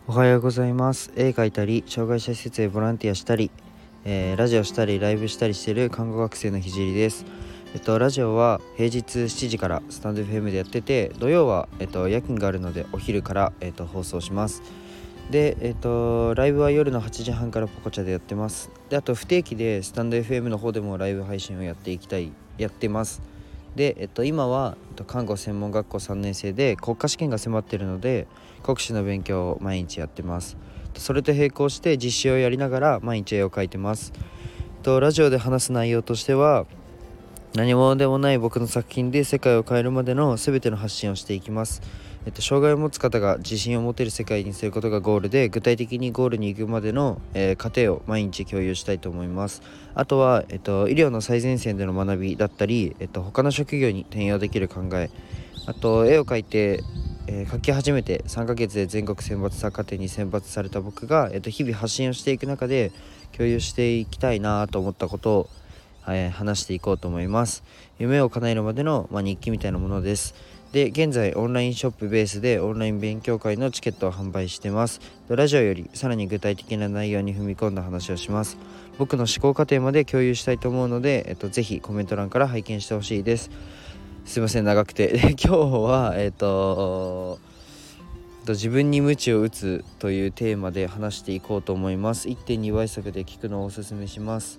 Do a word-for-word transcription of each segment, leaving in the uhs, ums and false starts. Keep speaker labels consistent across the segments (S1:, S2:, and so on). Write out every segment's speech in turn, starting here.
S1: おはようございます。絵描いたり障害者施設でボランティアしたり、えーラジオしたりライブしたりしている看護学生のひじりです。えっとラジオは平日しちじからスタンド エフエム でやってて、土曜は、えっと、夜勤があるのでお昼から、えっと、放送します。で、えっとライブは夜のはちじはんからポコチャでやってます。で、あと不定期でスタンド エフエム の方でもライブ配信をやっていきたいやってます。で、えっと、今は、えっと、看護専門学校さんねん生で国家試験が迫っているので国試の勉強を毎日やってます。それと並行して実習をやりながら毎日絵を描いてます。とラジオで話す内容としては、何者でもない僕の作品で世界を変えるまでの全ての発信をしていきます。えっと、障害を持つ方が自信を持てる世界にすることがゴールで、具体的にゴールに行くまでの、えー過程を毎日共有したいと思います。あとは、えっと、医療の最前線での学びだったり、えっと、他の職業に転用できる考え、あと絵を描いて、えー描き始めてさんかげつで全国選抜作家展に選抜された僕が、えっと、日々発信をしていく中で共有していきたいなと思ったことを、はい、話していこうと思います。夢を叶えるまでの、まあ、日記みたいなものです。で、現在オンラインショップベースでオンライン勉強会のチケットを販売してます。ラジオよりさらに具体的な内容に踏み込んだ話をします。僕の思考過程まで共有したいと思うので、えっと、ぜひコメント欄から拝見してほしいです。すいません、長くて。で、今日はえっと自分に鞭を打つというテーマで話していこうと思います。 いってんに 倍速で聞くのをおすすめします。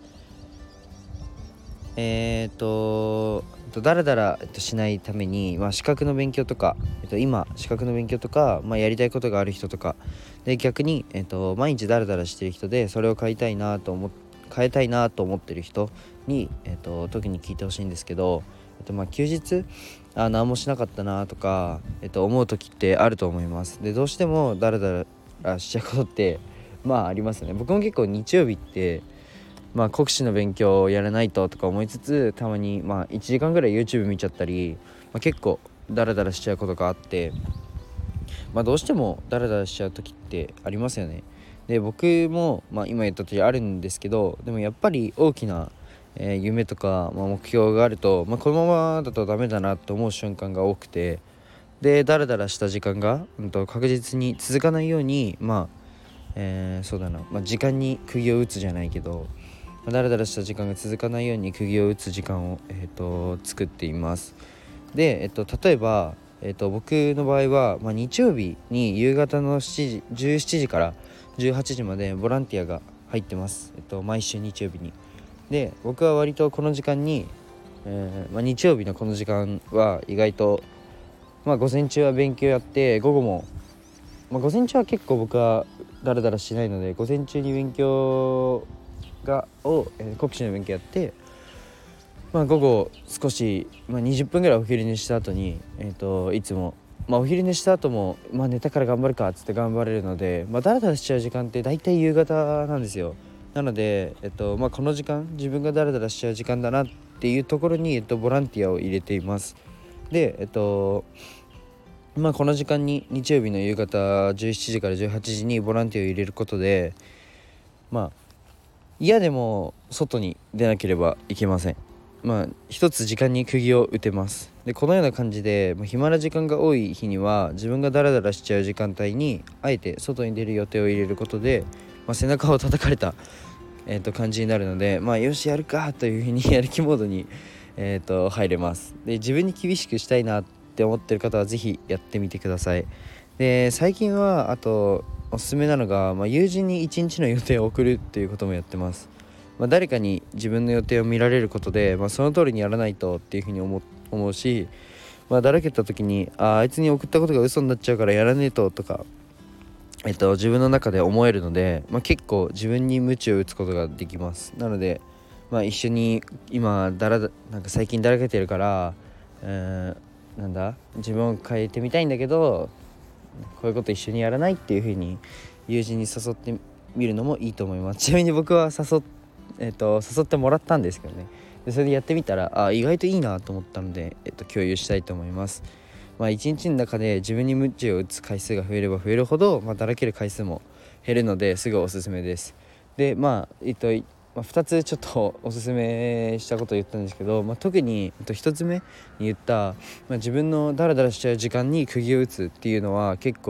S1: えっとだらだらしないために、まあ、資格の勉強とか、えっと、今資格の勉強とか、まあ、やりたいことがある人とかで、逆に、えっと、毎日だらだらしてる人でそれを変えたいなと思変えたいなと思ってる人に、えっと、特に聞いてほしいんですけど、えっとまあ、休日あ何もしなかったなとか、えっと、思う時ってあると思います。で、どうしてもだらだらしちゃうことってまあありますよね。僕も結構日曜日ってまあ国試の勉強をやらないととか思いつつ、たまにまあいちじかんぐらい YouTube 見ちゃったり、まあ、結構ダラダラしちゃうことがあって、まあどうしてもダラダラしちゃう時ってありますよね。で、僕もまあ今言った通りあるんですけど、でもやっぱり大きな、えー夢とか、まあ、目標があると、まあ、このままだとダメだなと思う瞬間が多くて、でダラダラした時間が、うん、と確実に続かないように、まあ、えーそうだな、まあ、時間に釘を打つじゃないけど、だらだらした時間が続かないように釘を打つ時間を、えー、と作っています。で、えっと、例えば、えっと、僕の場合は、まあ、日曜日に夕方のしちじじゅうしちじからじゅうはちじまでボランティアが入ってます、えっと、毎週日曜日に。で、僕は割とこの時間に、えーまあ、日曜日のこの時間は意外と、まあ、午前中は勉強やって、午後も、まあ、午前中は結構僕はだらだらしないので、午前中に勉強がを、えー国試の勉強やって、まあ、午後少し、まあ、にじゅっぷんぐらいお昼寝した後に、えー、といつも、まあ、お昼寝した後も、まあ、寝たから頑張るかっつって頑張れるので、まあ、だらだらしちゃう時間って大体夕方なんですよ。なので、えっとまあ、この時間自分がだらだらしちゃう時間だなっていうところに、えっと、ボランティアを入れています。で、えっとまあ、この時間に日曜日の夕方じゅうしちじからじゅうはちじにボランティアを入れることで、まあ嫌でも外に出なければいけません。まあ一つ時間に釘を打てます。で、このような感じで、まあ、暇な時間が多い日には自分がダラダラしちゃう時間帯にあえて外に出る予定を入れることで、まあ、背中を叩かれた、えー、と感じになるので、まあよしやるかというふうにやる気モードに、えー、と入れます。で、自分に厳しくしたいなって思ってる方はぜひやってみてください。で、最近はあとおすすめなのが、まあ、友人に一日の予定を送るっていうこともやってます。まあ、誰かに自分の予定を見られることで、まあ、その通りにやらないとっていうふうに思う、思うし、まあ、だらけた時にああいつに送ったことが嘘になっちゃうからやらねえととか、えっと、自分の中で思えるので、まあ、結構自分に鞭を打つことができます。なので、まあ、一緒に今だらなんか最近だらけてるから、えー、なんだ自分を変えてみたいんだけどこういうこと一緒にやらないっていう風に友人に誘ってみるのもいいと思います。ちなみに僕は誘っ、えっと、誘ってもらったんですけどね。で、それでやってみたらあ意外といいなと思ったので、えっと、共有したいと思います。まあ、一日の中で自分に鞭を打つ回数が増えれば増えるほど、まあ、だらける回数も減るのですごいおすすめです。で、まあ、えっとまあ、ふたつちょっとおすすめしたことを言ったんですけど、まあ、特に、えっと、ひとつめに言った、まあ、自分のダラダラしちゃう時間に釘を打つっていうのは結構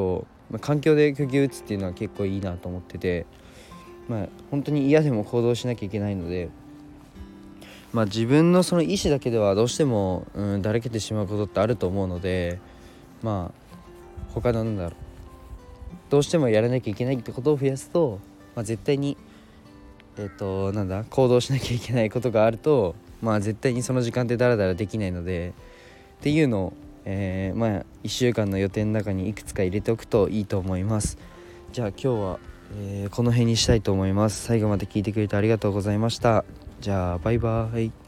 S1: まあ、環境で釘を打つっていうのは結構いいなと思ってて、まあ本当に嫌でも行動しなきゃいけないので、まあ自分のその意思だけではどうしても、うん、だらけてしまうことってあると思うので、まあ他のなんだろうどうしてもやらなきゃいけないってことを増やすと、まあ、絶対にえっとなんだ行動しなきゃいけないことがあると、まあ絶対にその時間ってダラダラできないのでっていうのを、えー、まあいっしゅうかんの予定の中にいくつか入れておくといいと思います。じゃあ今日は、えー、この辺にしたいと思います。最後まで聞いてくれてありがとうございました。じゃあバイバイ。